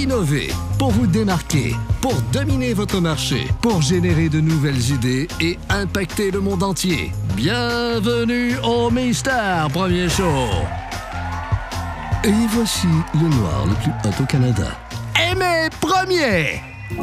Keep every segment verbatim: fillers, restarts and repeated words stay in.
innover, pour vous démarquer, pour dominer votre marché, pour générer de nouvelles idées et impacter le monde entier. Bienvenue au Mystère Premier Show. Et voici le noir le plus hot au Canada. Aimé Premier!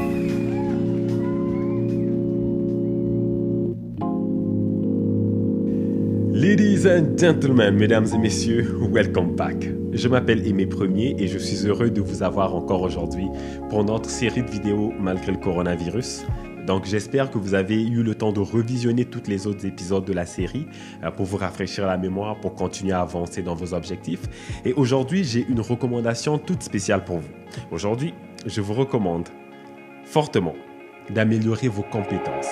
Ladies and gentlemen, mesdames et messieurs, welcome back. Je m'appelle Aimé Premier et je suis heureux de vous avoir encore aujourd'hui pour notre série de vidéos malgré le coronavirus. Donc j'espère que vous avez eu le temps de revisionner tous les autres épisodes de la série euh, pour vous rafraîchir la mémoire, pour continuer à avancer dans vos objectifs. Et aujourd'hui, j'ai une recommandation toute spéciale pour vous. Aujourd'hui, je vous recommande fortement d'améliorer vos compétences.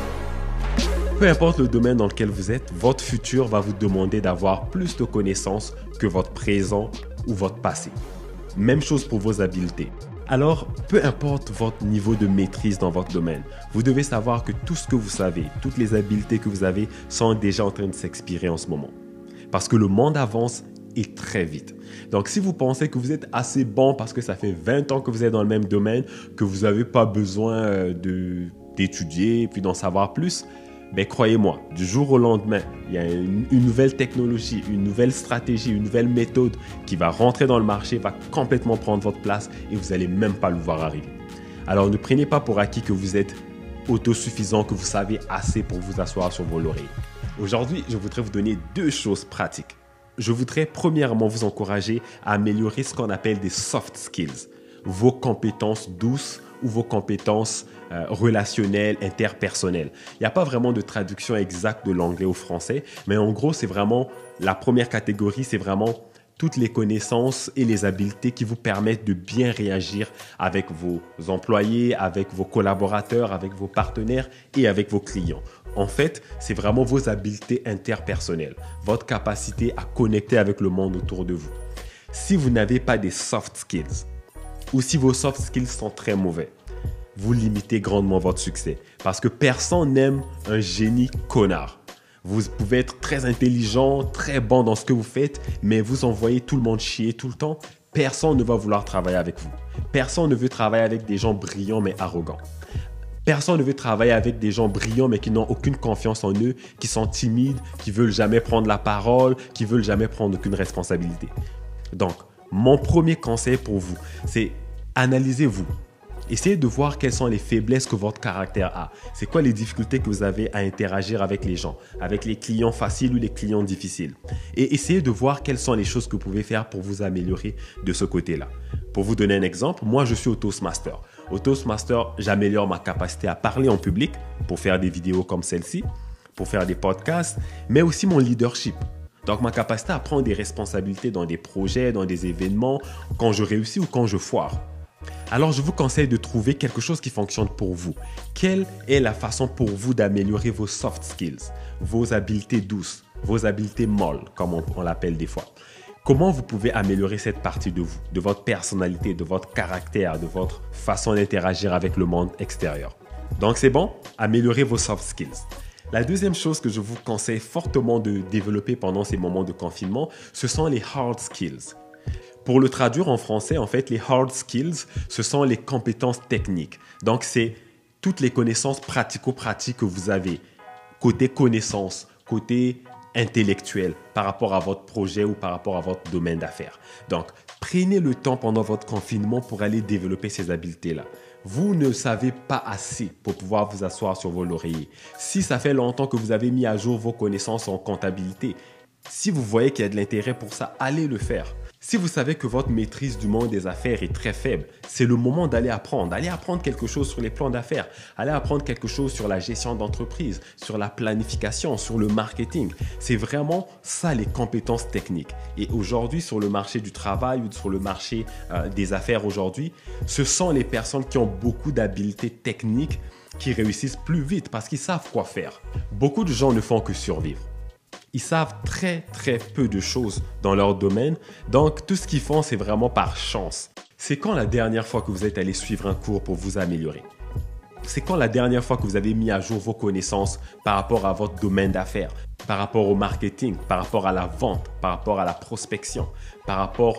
Peu importe le domaine dans lequel vous êtes, votre futur va vous demander d'avoir plus de connaissances que votre présent ou votre passé. Même chose pour vos habiletés. Alors, peu importe votre niveau de maîtrise dans votre domaine, vous devez savoir que tout ce que vous savez, toutes les habiletés que vous avez sont déjà en train de s'expirer en ce moment. Parce que le monde avance et très vite. Donc, si vous pensez que vous êtes assez bon parce que ça fait vingt ans que vous êtes dans le même domaine, que vous n'avez pas besoin de, d'étudier et puis d'en savoir plus, ben croyez-moi, du jour au lendemain, il y a une, une nouvelle technologie, une nouvelle stratégie, une nouvelle méthode qui va rentrer dans le marché, va complètement prendre votre place et vous n'allez même pas le voir arriver. Alors ne prenez pas pour acquis que vous êtes autosuffisant, que vous savez assez pour vous asseoir sur vos lauriers. Aujourd'hui, je voudrais vous donner deux choses pratiques. Je voudrais premièrement vous encourager à améliorer ce qu'on appelle des soft skills, vos compétences douces ou vos compétences euh, relationnelles, interpersonnelles. Il n'y a pas vraiment de traduction exacte de l'anglais au français, mais en gros, c'est vraiment la première catégorie, c'est vraiment toutes les connaissances et les habiletés qui vous permettent de bien réagir avec vos employés, avec vos collaborateurs, avec vos partenaires et avec vos clients. En fait, c'est vraiment vos habiletés interpersonnelles, votre capacité à connecter avec le monde autour de vous. Si vous n'avez pas des soft skills, ou si vos soft skills sont très mauvais, vous limitez grandement votre succès. Parce que personne n'aime un génie connard. Vous pouvez être très intelligent, très bon dans ce que vous faites, mais vous envoyez tout le monde chier tout le temps. Personne ne va vouloir travailler avec vous. Personne ne veut travailler avec des gens brillants mais arrogants. Personne ne veut travailler avec des gens brillants mais qui n'ont aucune confiance en eux, qui sont timides, qui veulent jamais prendre la parole, qui veulent jamais prendre aucune responsabilité. Donc, mon premier conseil pour vous, c'est analysez-vous. Essayez de voir quelles sont les faiblesses que votre caractère a. C'est quoi les difficultés que vous avez à interagir avec les gens, avec les clients faciles ou les clients difficiles. Et essayez de voir quelles sont les choses que vous pouvez faire pour vous améliorer de ce côté-là. Pour vous donner un exemple, moi je suis au Toastmaster. Au Toastmaster, j'améliore ma capacité à parler en public pour faire des vidéos comme celle-ci, pour faire des podcasts, mais aussi mon leadership. Donc, ma capacité à prendre des responsabilités dans des projets, dans des événements, quand je réussis ou quand je foire. Alors, je vous conseille de trouver quelque chose qui fonctionne pour vous. Quelle est la façon pour vous d'améliorer vos soft skills, vos habiletés douces, vos habiletés molles, comme on, on l'appelle des fois? Comment vous pouvez améliorer cette partie de vous, de votre personnalité, de votre caractère, de votre façon d'interagir avec le monde extérieur? Donc, c'est bon? Améliorez vos soft skills. La deuxième chose que je vous conseille fortement de développer pendant ces moments de confinement, ce sont les hard skills. Pour le traduire en français, en fait, les hard skills, ce sont les compétences techniques. Donc, c'est toutes les connaissances pratico-pratiques que vous avez, côté connaissances, côté intellectuel, par rapport à votre projet ou par rapport à votre domaine d'affaires. Donc, prenez le temps pendant votre confinement pour aller développer ces habiletés-là. Vous ne savez pas assez pour pouvoir vous asseoir sur vos lauriers. Si ça fait longtemps que vous avez mis à jour vos connaissances en comptabilité, si vous voyez qu'il y a de l'intérêt pour ça, allez le faire. Si vous savez que votre maîtrise du monde des affaires est très faible, c'est le moment d'aller apprendre. Allez apprendre quelque chose sur les plans d'affaires. Allez apprendre quelque chose sur la gestion d'entreprise, sur la planification, sur le marketing. C'est vraiment ça les compétences techniques. Et aujourd'hui, sur le marché du travail ou sur le marché euh, des affaires aujourd'hui, ce sont les personnes qui ont beaucoup d'habiletés techniques qui réussissent plus vite parce qu'ils savent quoi faire. Beaucoup de gens ne font que survivre. Ils savent très très peu de choses dans leur domaine, donc tout ce qu'ils font c'est vraiment par chance. C'est quand la dernière fois que vous êtes allé suivre un cours pour vous améliorer? C'est quand la dernière fois que vous avez mis à jour vos connaissances par rapport à votre domaine d'affaires, par rapport au marketing, par rapport à la vente, par rapport à la prospection, par rapport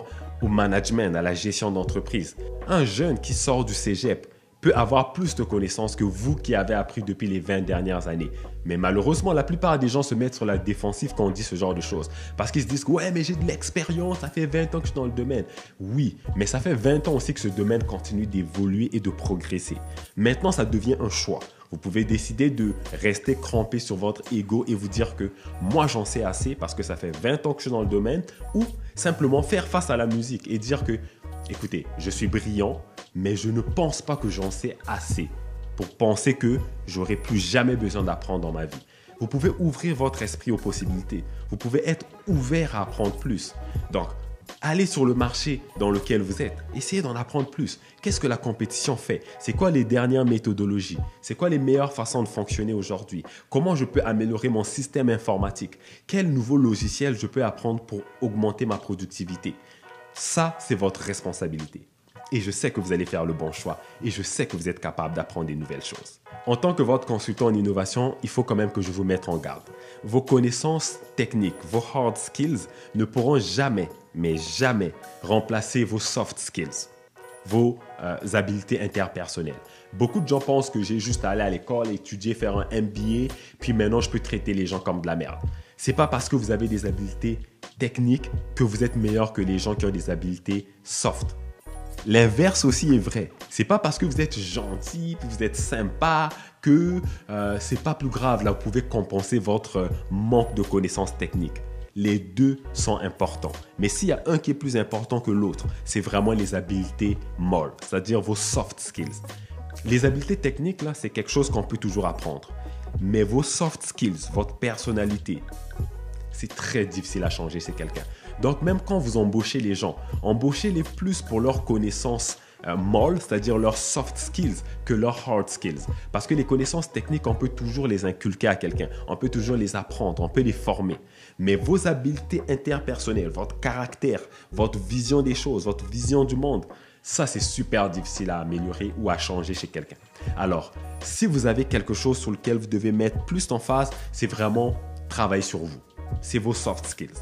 au management, à la gestion d'entreprise. Un jeune qui sort du cégep peut avoir plus de connaissances que vous qui avez appris depuis les vingt dernières années. Mais malheureusement, la plupart des gens se mettent sur la défensive quand on dit ce genre de choses. Parce qu'ils se disent « Ouais, mais j'ai de l'expérience, ça fait vingt ans que je suis dans le domaine. » Oui, mais ça fait vingt ans aussi que ce domaine continue d'évoluer et de progresser. Maintenant, ça devient un choix. Vous pouvez décider de rester crampé sur votre ego et vous dire que moi j'en sais assez parce que ça fait vingt ans que je suis dans le domaine, ou simplement faire face à la musique et dire que écoutez, je suis brillant, mais je ne pense pas que j'en sais assez pour penser que j'aurai plus jamais besoin d'apprendre dans ma vie. Vous pouvez ouvrir votre esprit aux possibilités. Vous pouvez être ouvert à apprendre plus. Donc, allez sur le marché dans lequel vous êtes. Essayez d'en apprendre plus. Qu'est-ce que la compétition fait? C'est quoi les dernières méthodologies? C'est quoi les meilleures façons de fonctionner aujourd'hui? Comment je peux améliorer mon système informatique? Quel nouveau logiciel je peux apprendre pour augmenter ma productivité? Ça, c'est votre responsabilité. Et je sais que vous allez faire le bon choix et je sais que vous êtes capable d'apprendre des nouvelles choses. En tant que votre consultant en innovation, il faut quand même que je vous mette en garde. Vos connaissances techniques, vos hard skills ne pourront jamais, mais jamais remplacer vos soft skills, vos euh, habiletés interpersonnelles. Beaucoup de gens pensent que j'ai juste à aller à l'école, étudier, faire un M B A, puis maintenant je peux traiter les gens comme de la merde. C'est pas parce que vous avez des habiletés techniques que vous êtes meilleur que les gens qui ont des habiletés soft. L'inverse aussi est vrai. C'est pas parce que vous êtes gentil, que vous êtes sympa, que euh, c'est pas plus grave. Là, vous pouvez compenser votre manque de connaissances techniques. Les deux sont importants. Mais s'il y a un qui est plus important que l'autre, c'est vraiment les habiletés molles, c'est-à-dire vos soft skills. Les habiletés techniques, là, c'est quelque chose qu'on peut toujours apprendre. Mais vos soft skills, votre personnalité, c'est très difficile à changer chez quelqu'un. Donc, même quand vous embauchez les gens, embauchez-les plus pour leurs connaissances euh, molles, c'est-à-dire leurs soft skills, que leurs hard skills. Parce que les connaissances techniques, on peut toujours les inculquer à quelqu'un. On peut toujours les apprendre, on peut les former. Mais vos habiletés interpersonnelles, votre caractère, votre vision des choses, votre vision du monde, ça, c'est super difficile à améliorer ou à changer chez quelqu'un. Alors, si vous avez quelque chose sur lequel vous devez mettre plus d'emphase, c'est vraiment travailler sur vous. C'est vos soft skills.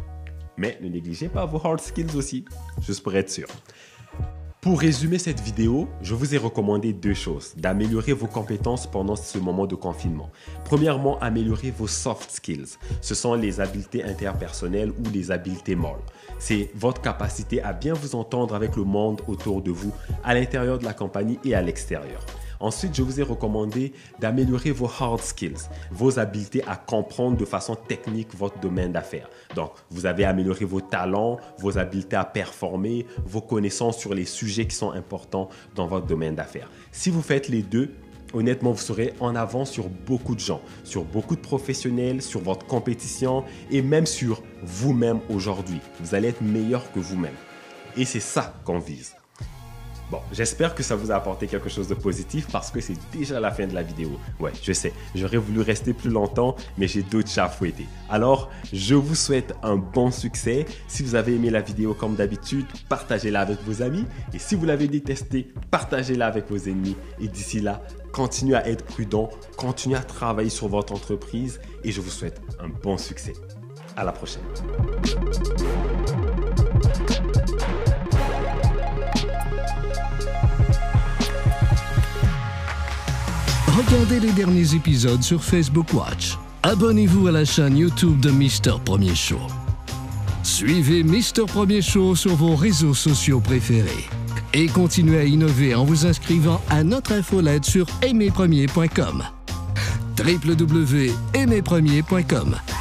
Mais ne négligez pas vos hard skills aussi, juste pour être sûr. Pour résumer cette vidéo, je vous ai recommandé deux choses. D'améliorer vos compétences pendant ce moment de confinement. Premièrement, améliorer vos soft skills. Ce sont les habiletés interpersonnelles ou les habiletés molles. C'est votre capacité à bien vous entendre avec le monde autour de vous, à l'intérieur de la compagnie et à l'extérieur. Ensuite, je vous ai recommandé d'améliorer vos hard skills, vos habiletés à comprendre de façon technique votre domaine d'affaires. Donc, vous avez amélioré vos talents, vos habiletés à performer, vos connaissances sur les sujets qui sont importants dans votre domaine d'affaires. Si vous faites les deux, honnêtement, vous serez en avance sur beaucoup de gens, sur beaucoup de professionnels, sur votre compétition et même sur vous-même aujourd'hui. Vous allez être meilleur que vous-même. Et c'est ça qu'on vise. Bon, j'espère que ça vous a apporté quelque chose de positif parce que c'est déjà la fin de la vidéo. Ouais, je sais, j'aurais voulu rester plus longtemps, mais j'ai d'autres chats à fouetter. Alors, je vous souhaite un bon succès. Si vous avez aimé la vidéo comme d'habitude, partagez-la avec vos amis. Et si vous l'avez détestée, partagez-la avec vos ennemis. Et d'ici là, continuez à être prudent, continuez à travailler sur votre entreprise et je vous souhaite un bon succès. À la prochaine. Regardez les derniers épisodes sur Facebook Watch. Abonnez-vous à la chaîne YouTube de Mister Premier Show. Suivez Mister Premier Show sur vos réseaux sociaux préférés. Et continuez à innover en vous inscrivant à notre infolette sur aimer premier point com. w w w point aimer premier point com